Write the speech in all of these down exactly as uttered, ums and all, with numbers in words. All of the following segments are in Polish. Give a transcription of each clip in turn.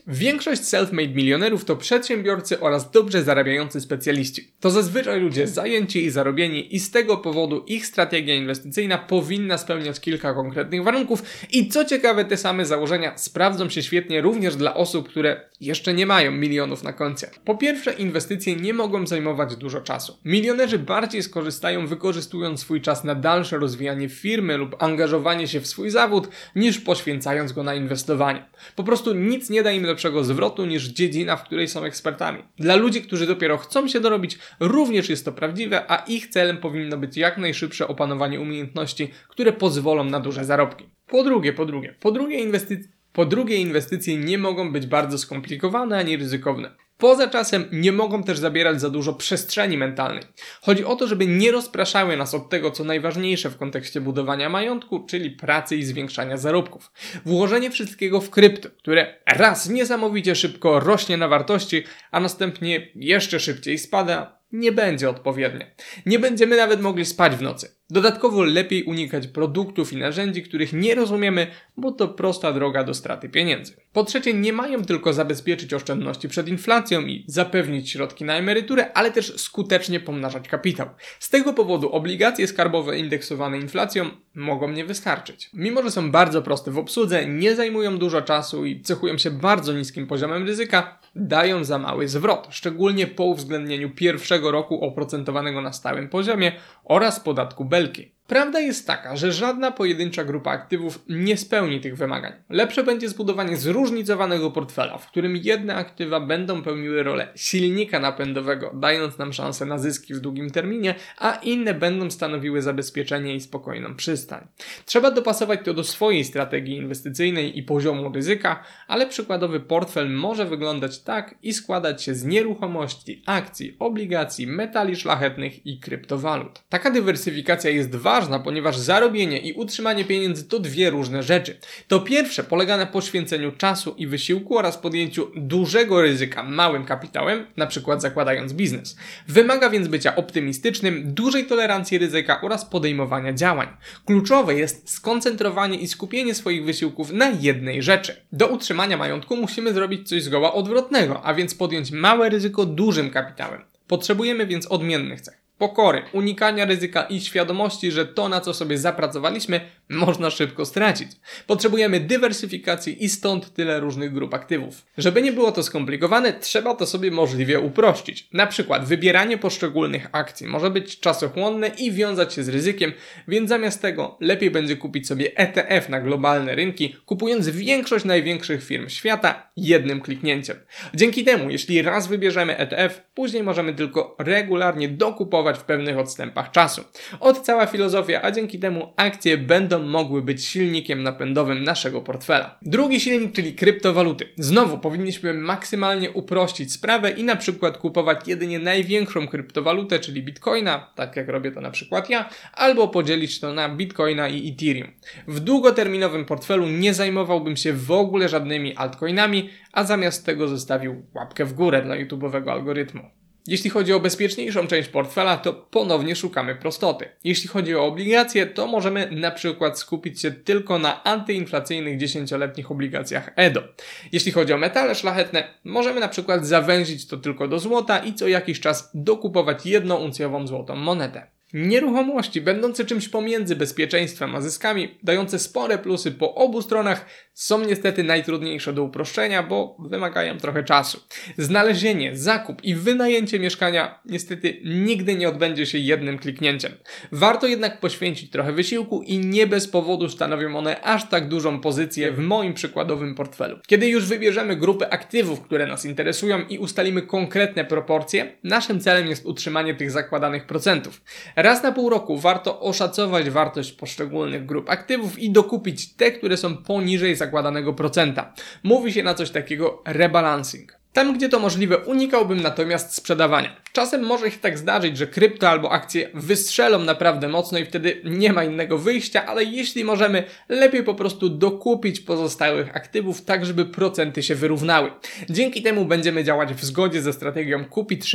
Większość self-made milionerów to przedsiębiorcy oraz dobrze zarabiający specjaliści. To zazwyczaj ludzie zajęci i zarobieni i z tego powodu ich strategia inwestycyjna powinna spełniać kilka konkretnych warunków i co ciekawe, te same założenia sprawdzą się świetnie również dla osób, które jeszcze nie mają milionów na koncie. Po pierwsze, inwestycje nie mogą zajmować dużo czasu. Milionerzy bardziej skorzystają wykorzystując swój czas na dalsze rozwijanie firmy lub angażowanie się w swój zawód, niż poświęcając go na inwestowanie. Po prostu nic nie da im lepszego zwrotu niż dziedzina, w której są ekspertami. Dla ludzi, którzy dopiero chcą się dorobić, również jest to prawdziwe, a ich celem powinno być jak najszybsze opanowanie umiejętności, które pozwolą na duże zarobki. Po drugie, po drugie, po drugie inwestycje Po drugie, inwestycje nie mogą być bardzo skomplikowane ani ryzykowne. Poza czasem nie mogą też zabierać za dużo przestrzeni mentalnej. Chodzi o to, żeby nie rozpraszały nas od tego, co najważniejsze w kontekście budowania majątku, czyli pracy i zwiększania zarobków. Włożenie wszystkiego w krypto, które raz niesamowicie szybko rośnie na wartości, a następnie jeszcze szybciej spada, nie będzie odpowiednie. Nie będziemy nawet mogli spać w nocy. Dodatkowo lepiej unikać produktów i narzędzi, których nie rozumiemy, bo to prosta droga do straty pieniędzy. Po trzecie, nie mają tylko zabezpieczyć oszczędności przed inflacją i zapewnić środki na emeryturę, ale też skutecznie pomnażać kapitał. Z tego powodu obligacje skarbowe indeksowane inflacją mogą nie wystarczyć. Mimo że są bardzo proste w obsłudze, nie zajmują dużo czasu i cechują się bardzo niskim poziomem ryzyka, dają za mały zwrot, szczególnie po uwzględnieniu pierwszego roku oprocentowanego na stałym poziomie oraz podatku belki. Prawda jest taka, że żadna pojedyncza grupa aktywów nie spełni tych wymagań. Lepsze będzie zbudowanie zróżnicowanego portfela, w którym jedne aktywa będą pełniły rolę silnika napędowego, dając nam szansę na zyski w długim terminie, a inne będą stanowiły zabezpieczenie i spokojną przystań. Trzeba dopasować to do swojej strategii inwestycyjnej i poziomu ryzyka, ale przykładowy portfel może wyglądać tak i składać się z nieruchomości, akcji, obligacji, metali szlachetnych i kryptowalut. Taka dywersyfikacja jest ważna, ważna, ponieważ zarobienie i utrzymanie pieniędzy to dwie różne rzeczy. To pierwsze polega na poświęceniu czasu i wysiłku oraz podjęciu dużego ryzyka małym kapitałem, na przykład zakładając biznes. Wymaga więc bycia optymistycznym, dużej tolerancji ryzyka oraz podejmowania działań. Kluczowe jest skoncentrowanie i skupienie swoich wysiłków na jednej rzeczy. Do utrzymania majątku musimy zrobić coś zgoła odwrotnego, a więc podjąć małe ryzyko dużym kapitałem. Potrzebujemy więc odmiennych cech. Pokory, unikania ryzyka i świadomości, że to, na co sobie zapracowaliśmy, można szybko stracić. Potrzebujemy dywersyfikacji i stąd tyle różnych grup aktywów. Żeby nie było to skomplikowane, trzeba to sobie możliwie uprościć. Na przykład wybieranie poszczególnych akcji może być czasochłonne i wiązać się z ryzykiem, więc zamiast tego lepiej będzie kupić sobie E T F na globalne rynki, kupując większość największych firm świata jednym kliknięciem. Dzięki temu, jeśli raz wybierzemy E T F, później możemy tylko regularnie dokupować w pewnych odstępach czasu. Od cała filozofia, a dzięki temu akcje będą mogły być silnikiem napędowym naszego portfela. Drugi silnik, czyli kryptowaluty. Znowu powinniśmy maksymalnie uprościć sprawę i na przykład kupować jedynie największą kryptowalutę, czyli bitcoina, tak jak robię to na przykład ja, albo podzielić to na bitcoina i ethereum. W długoterminowym portfelu nie zajmowałbym się w ogóle żadnymi altcoinami, a zamiast tego zostawił łapkę w górę dla YouTube'owego algorytmu. Jeśli chodzi o bezpieczniejszą część portfela, to ponownie szukamy prostoty. Jeśli chodzi o obligacje, to możemy na przykład skupić się tylko na antyinflacyjnych dziesięcioletnich obligacjach E D O. Jeśli chodzi o metale szlachetne, możemy na przykład zawęzić to tylko do złota i co jakiś czas dokupować jednouncjową złotą monetę. Nieruchomości, będące czymś pomiędzy bezpieczeństwem a zyskami, dające spore plusy po obu stronach, są niestety najtrudniejsze do uproszczenia, bo wymagają trochę czasu. Znalezienie, zakup i wynajęcie mieszkania niestety nigdy nie odbędzie się jednym kliknięciem. Warto jednak poświęcić trochę wysiłku i nie bez powodu stanowią one aż tak dużą pozycję w moim przykładowym portfelu. Kiedy już wybierzemy grupy aktywów, które nas interesują i ustalimy konkretne proporcje, naszym celem jest utrzymanie tych zakładanych procentów. Raz na pół roku warto oszacować wartość poszczególnych grup aktywów i dokupić te, które są poniżej zakładanego procenta. Mówi się na coś takiego rebalancing. Tam, gdzie to możliwe, unikałbym natomiast sprzedawania. Czasem może się tak zdarzyć, że krypto albo akcje wystrzelą naprawdę mocno i wtedy nie ma innego wyjścia, ale jeśli możemy, lepiej po prostu dokupić pozostałych aktywów, tak żeby procenty się wyrównały. Dzięki temu będziemy działać w zgodzie ze strategią kup i trzymaj.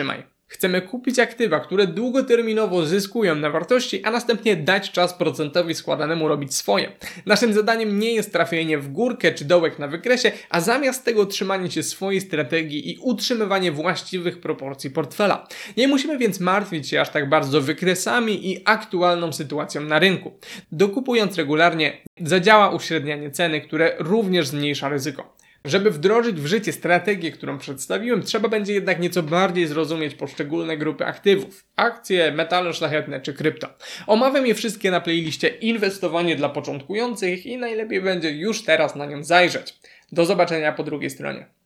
Chcemy kupić aktywa, które długoterminowo zyskują na wartości, a następnie dać czas procentowi składanemu robić swoje. Naszym zadaniem nie jest trafienie w górkę czy dołek na wykresie, a zamiast tego trzymanie się swojej strategii i utrzymywanie właściwych proporcji portfela. Nie musimy więc martwić się aż tak bardzo wykresami i aktualną sytuacją na rynku. Dokupując regularnie, zadziała uśrednianie ceny, które również zmniejsza ryzyko. Żeby wdrożyć w życie strategię, którą przedstawiłem, trzeba będzie jednak nieco bardziej zrozumieć poszczególne grupy aktywów, akcje, metale szlachetne czy krypto. Omawiam je wszystkie na playliście Inwestowanie dla początkujących i najlepiej będzie już teraz na nią zajrzeć. Do zobaczenia po drugiej stronie.